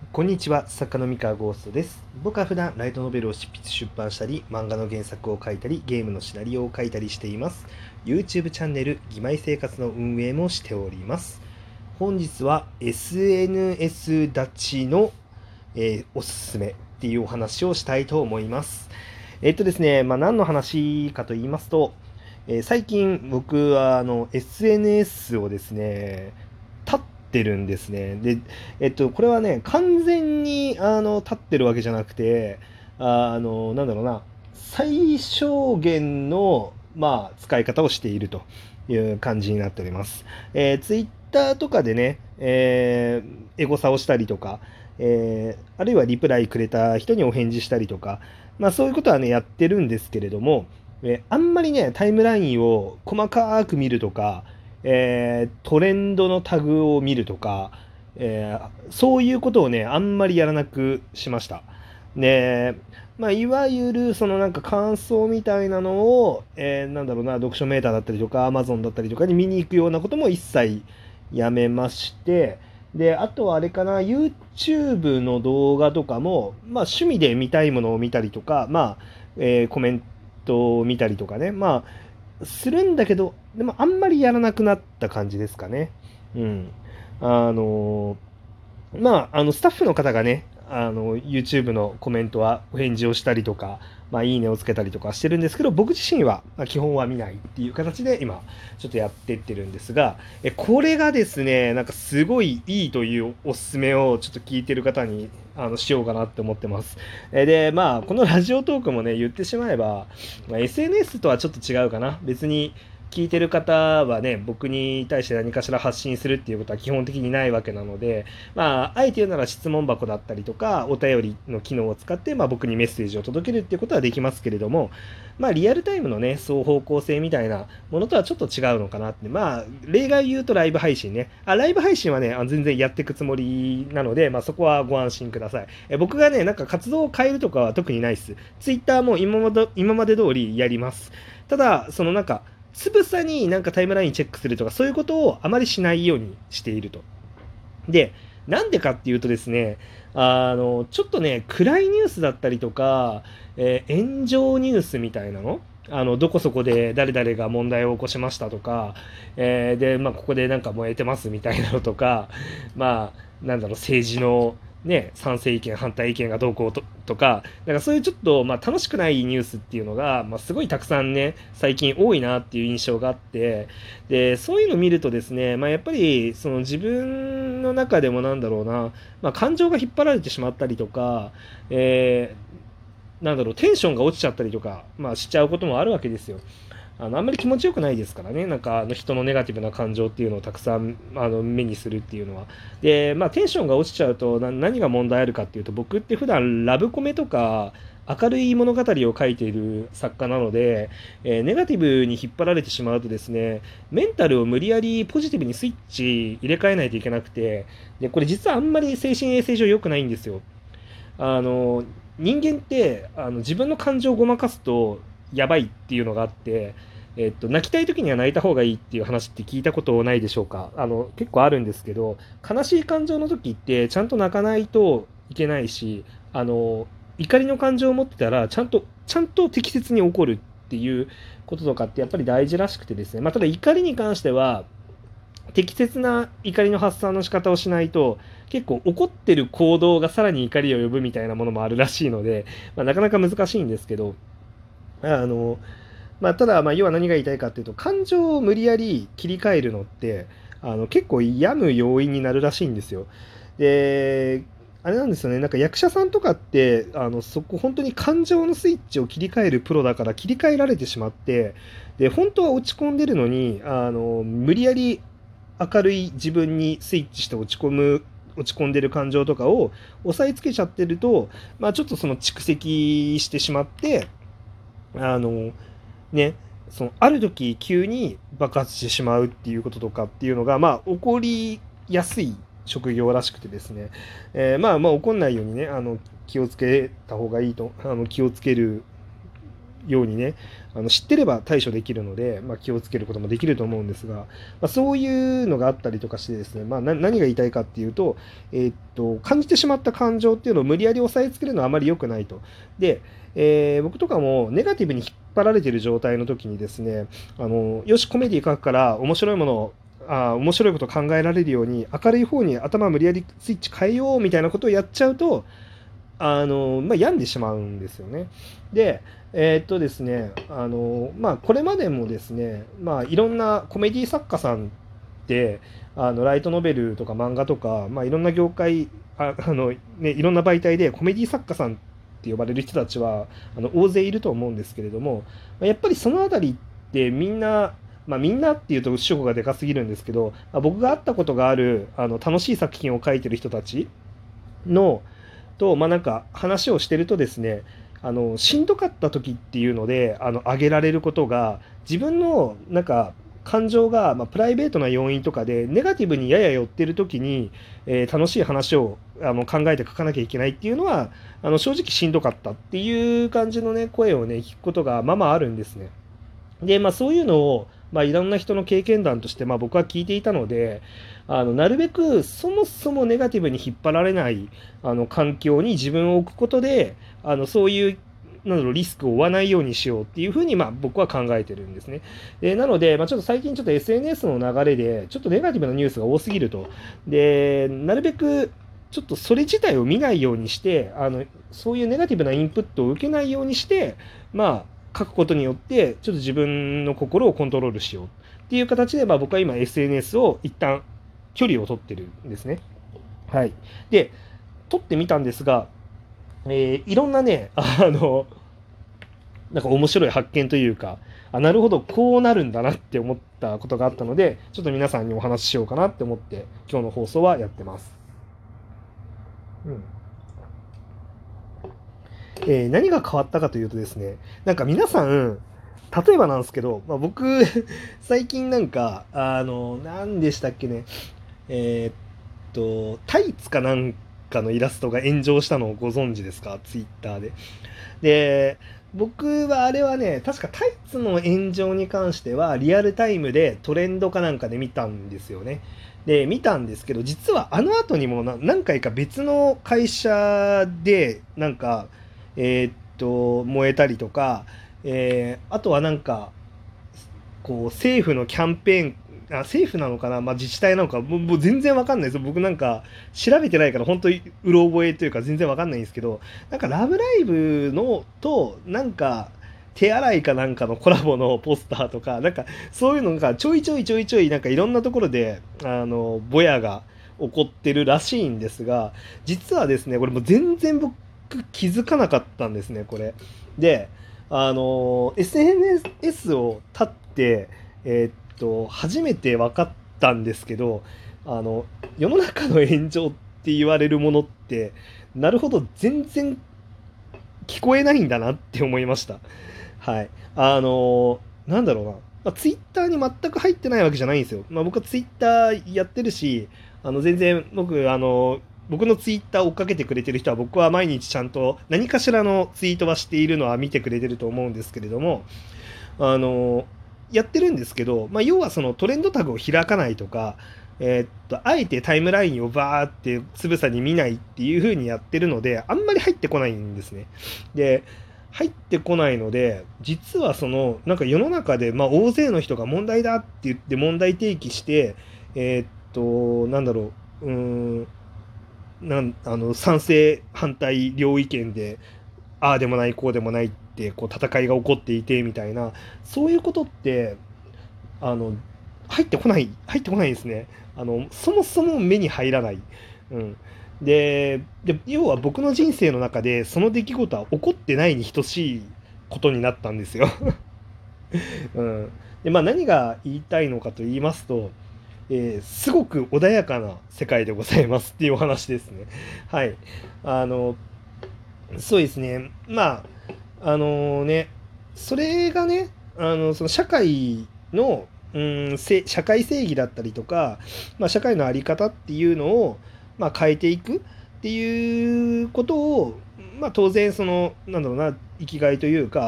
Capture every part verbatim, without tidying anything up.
こんにちは、作家の三河ゴーストです。僕は普段ライトノベルを執筆出版したり、漫画の原作を書いたり、ゲームのシナリオを書いたりしています。YouTube チャンネル、義妹生活の運営もしております。本日は エスエヌエス 立ちの、えーおすすめっていうお話をしたいと思います。えっとですね、まあ、何の話かと言いますと、えー最近僕はあの エスエヌエス をですね、立ってるんですね。で、えっと、これはね、完全にあの立ってるわけじゃなくて、ああの、なんだろうな、最小限の、まあ、使い方をしているという感じになっております。えー、ツイッターとかでね、えーエゴサをしたりとか、えーあるいはリプライくれた人にお返事したりとか、まあそういうことはね、やってるんですけれども、えーあんまりね、タイムラインを細かく見るとか、えートレンドのタグを見るとか、えーそういうことをね、あんまりやらなくしました。で、まあ、いわゆる、そのなんか感想みたいなのを、えーなんだろうな、読書メーターだったりとか、Amazon だったりとかに見に行くようなことも一切やめまして、で、あとはあれかな、YouTube の動画とかも、まあ趣味で見たいものを見たりとか、まあ、えーコメントを見たりとかね、まあ、するんだけど、でもあんまりやらなくなった感じですかね。うん。あのまあ、あの、スタッフの方がね、あの、YouTube のコメントはお返事をしたりとか、まあ、いいねをつけたりとかしてるんですけど、僕自身は、まあ、基本は見ないっていう形で今、ちょっとやってってるんですが、え、これがですね、なんかすごいいいというおすすめをちょっと聞いてる方に、あの、しようかなって思ってます。え、で、まあ、このラジオトークもね、言ってしまえば、まあ、エスエヌエス とはちょっと違うかな。別に、聞いてる方はね、僕に対して何かしら発信するっていうことは基本的にないわけなので、まあ、あえて言うなら質問箱だったりとか、お便りの機能を使って、まあ僕にメッセージを届けるっていうことはできますけれども、まあリアルタイムのね、双方向性みたいなものとはちょっと違うのかなって。まあ、例外言うとライブ配信ね。あ、ライブ配信はね、あ全然やっていくつもりなので、まあそこはご安心ください。え僕がね、なんか活動を変えるとかは特にないです。ツイッターも今まで、今まで通りやります。ただ、そのなんか、つぶさになんかタイムラインチェックするとか、そういうことをあまりしないようにしていると。で、なんでかっていうとですね、あの、ちょっとね、暗いニュースだったりとか、えー炎上ニュースみたいなのあの、どこそこで誰々が問題を起こしましたとか、えーで、まあ、ここでなんか燃えてますみたいなのとか、まあ、なんだろう、政治のね、賛成意見、反対意見がどうこうととか、なんかそういうちょっと、まあ、楽しくないニュースっていうのが、まあ、すごいたくさんね、最近多いなっていう印象があって、で、そういうのを見るとですね、まあ、やっぱり、その自分の中でもなんだろうな、まあ、感情が引っ張られてしまったりとか、えー、なんだろう、テンションが落ちちゃったりとか、まあ、しちゃうこともあるわけですよ。あの、あんまり気持ちよくないですからね。なんか、あの、人のネガティブな感情っていうのをたくさん、あの、目にするっていうのは。で、まあ、テンションが落ちちゃうと、な、何が問題あるかっていうと、僕って普段ラブコメとか、明るい物語を書いている作家なので、えーネガティブに引っ張られてしまうとですね、メンタルを無理やりポジティブにスイッチ入れ替えないといけなくて、で、これ実はあんまり精神衛生上良くないんですよ。あの、人間って、あの、自分の感情をごまかすと、やばいっていうのがあって、えっと、泣きたい時には泣いた方がいいっていう話って聞いたことないでしょうか。あの、結構あるんですけど、悲しい感情の時ってちゃんと泣かないといけないし、あの、怒りの感情を持ってたら、ちゃんと、ちゃんと適切に起こるっていうこととかってやっぱり大事らしくてですね。まあ、ただ怒りに関しては、適切な怒りの発散の仕方をしないと、結構怒ってる行動がさらに怒りを呼ぶみたいなものもあるらしいので、まあ、なかなか難しいんですけど、あの、まあ、ただ、まあ、要は何が言いたいかっていうと、感情を無理やり切り替えるのって、あの、結構病む要因になるらしいんですよ。で、あれなんですよね、なんか役者さんとかって、あの、そこ本当に感情のスイッチを切り替えるプロだから切り替えられてしまって、で、本当は落ち込んでるのに、あの、無理やり明るい自分にスイッチして落ち込む、落ち込んでる感情とかを抑えつけちゃってると、まあちょっとその蓄積してしまって、あの、ね、そのある時急に爆発してしまうっていうこととかっていうのが、まあ起こりやすい職業らしくてですね、えーまあまあ起こんないようにね、あの、気をつけた方がいいと、あの、気をつけるようにね、あの知ってれば対処できるので、まあ、気をつけることもできると思うんですが、まあ、そういうのがあったりとかしてですね、まあ、な何が言いたいかっていうと、えーっと、感じてしまった感情っていうのを無理やり抑えつけるのはあまり良くないと。で、えー僕とかもネガティブに引っ張られている状態の時にですね、あのよしコメディ書くから面白いものをあ面白いことを考えられるように明るい方に頭無理やりスイッチ変えようみたいなことをやっちゃうと、あの、まあ、病んでしまうんですよね。で、えーっとですね、あの、まあ、これまでもですね、まあ、いろんなコメディ作家さんって、あの、ライトノベルとか漫画とか、まあ、いろんな業界、あ、あの、ね、いろんな媒体でコメディ作家さんって呼ばれる人たちは、あの、大勢いると思うんですけれども、まあやっぱりそのあたりってみんな、まあ、みんなっていうと主語がでかすぎるんですけど、まあ僕が会ったことがあるあの楽しい作品を書いてる人たちのと、まあ、なんか話をしてるとですね、あのしんどかった時っていうのであの挙げられることが、自分のなんか感情が、まあ、プライベートな要因とかでネガティブにやや寄ってる時に、えー楽しい話をあの考えて書かなきゃいけないっていうのは、あの正直しんどかったっていう感じのね声をね聞くことがまあまああるんですね。で、まあ、そういうのを、まあ、いろんな人の経験談として、まあ、僕は聞いていたので、あのなるべくそもそもネガティブに引っ張られないあの環境に自分を置くことで、あのそういうなんだろうリスクを負わないようにしようっていうふうに、まあ、僕は考えてるんですね。でなので、まあ、ちょっと最近ちょっと エスエヌエス の流れでちょっとネガティブなニュースが多すぎると。でなるべくちょっとそれ自体を見ないようにして、あのそういうネガティブなインプットを受けないようにして、まあ書くことによってちょっと自分の心をコントロールしようっていう形で、まあ、僕は今 エスエヌエス を一旦距離を取ってるんですね。はい。で、取ってみたんですが、えーいろんなね、あの、なんか面白い発見というか、あ、なるほど、こうなるんだなって思ったことがあったので、ちょっと皆さんにお話ししようかなって思って、今日の放送はやってます。うんえー何が変わったかというとですね、なんか皆さん、例えばなんですけど、まあ、僕、最近なんか、あの、何でしたっけね、えーっと、タイツかなんかのイラストが炎上したのをご存知ですか、ツイッターで。で、僕はあれはね、確かタイツの炎上に関しては、リアルタイムでトレンドかなんかで見たんですよね。で、見たんですけど、実はあの後にもな何回か別の会社で、なんか、えーっと、燃えたりとか、えーあとはなんか、こう、政府のキャンペーン、あ、政府なのかな、まあ、自治体なのか、もうもう全然わかんないですよ。僕なんか調べてないから本当にうろ覚えというか全然わかんないんですけど、なんかラブライブのと、なんか手洗いかなんかのコラボのポスターとか、なんかそういうのがちょいちょいちょいちょい、なんかいろんなところで、あの、ぼやが起こってるらしいんですが、実はですね、これもう全然僕気づかなかったんですね、これ。で、あの、エスエヌエス を立って、えーっと、初めて分かったんですけど、あの、世の中の炎上って言われるものって、なるほど、全然聞こえないんだなって思いました。はい。あの、なんだろうな。まあ、ツイッターに全く入ってないわけじゃないんですよ。まあ、僕はツイッターやってるし、あの、全然僕、あの、僕のツイッター追っかけてくれてる人は、僕は毎日ちゃんと何かしらのツイートはしているのは見てくれてると思うんですけれども、あの、やってるんですけど、まあ、要はそのトレンドタグを開かないとか、えーっと、あえてタイムラインをバーってつぶさに見ないっていう風にやってるので、あんまり入ってこないんですね。で、入ってこないので、実はその、なんか世の中で、まあ、大勢の人が問題だって言って問題提起して、えーっと、なんだろう、うーん、なんあの賛成反対両意見でああでもないこうでもないってこう戦いが起こっていてみたいな、そういうことってあの入ってこない入ってこないんですね。あのそもそも目に入らない、うん、でで要は僕の人生の中でその出来事は起こってないに等しいことになったんですよ。うん、でまあ何が言いたいのかと言いますと、えーすごく穏やかな世界でございますっていうお話ですね。はい。あの、そうですね。まあ、あのね、それがね、あの、その社会の、うん、せ社会正義だったりとか、まあ、社会の在り方っていうのを、まあ、変えていくっていうことを、まあ、当然、その、なんだろうな、生きがいというか、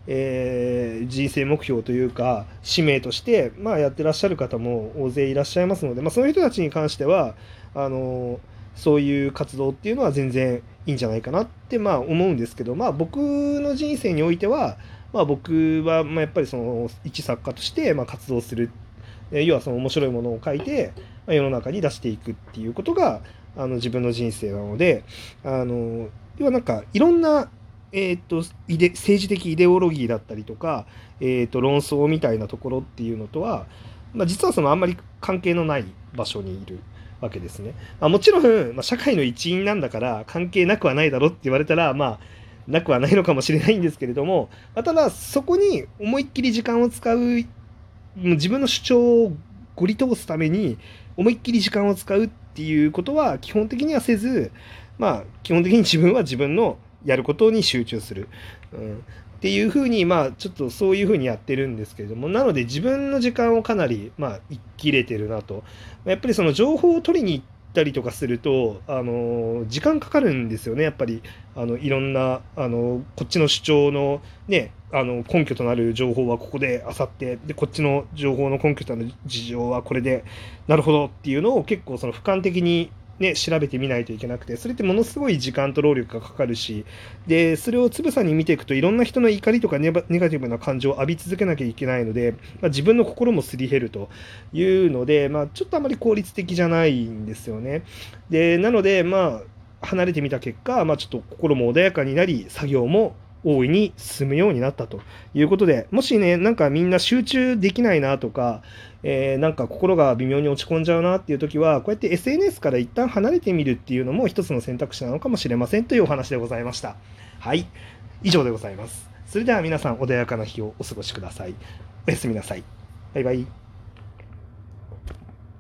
えー人生目標というか使命として、まあ、やってらっしゃる方も大勢いらっしゃいますので、まあ、その人たちに関してはあのそういう活動っていうのは全然いいんじゃないかなってまあ思うんですけど、まあ、僕の人生においては、まあ、僕はまあやっぱりその一作家としてまあ活動する、えー要はその面白いものを書いて、まあ世の中に出していくっていうことがあの自分の人生なので、あの要はなんかいろんなえーとイデ政治的イデオロギーだったりとか、えーと論争みたいなところっていうのとは、まあ、実はそのあんまり関係のない場所にいるわけですね。あもちろん、まあ、社会の一員なんだから関係なくはないだろって言われたら、まあ、なくはないのかもしれないんですけれども、まあ、ただそこに思いっきり時間を使う、もう自分の主張をごり通すために思いっきり時間を使うっていうことは基本的にはせず、まあ基本的に自分は自分のやることに集中する、うん、っていうふうにまあちょっとそういうふうにやってるんですけれども、なので自分の時間をかなりまあ生きれてるなと。やっぱりその情報を取りに行ったりとかするとあの時間かかるんですよね。やっぱりあのいろんなあのこっちの主張のねあの根拠となる情報はここで漁ってでこっちの情報の根拠となる事情はこれでなるほどっていうのを結構その俯瞰的にね、調べてみないといけなくて、それってものすごい時間と労力がかかるし、でそれをつぶさに見ていくといろんな人の怒りとかネバネガティブな感情を浴び続けなきゃいけないので、まあ、自分の心もすり減るというので、まあ、ちょっとあまり効率的じゃないんですよね。でなのでまあ離れてみた結果、まあ、ちょっと心も穏やかになり作業も大いに進むようになったということで、もしねなんかみんな集中できないなとか、えーなんか心が微妙に落ち込んじゃうなっていう時はこうやって エスエヌエス から一旦離れてみるっていうのも一つの選択肢なのかもしれませんというお話でございました。はい、以上でございます。それでは皆さん穏やかな日をお過ごしください。おやすみなさい。バイバイ。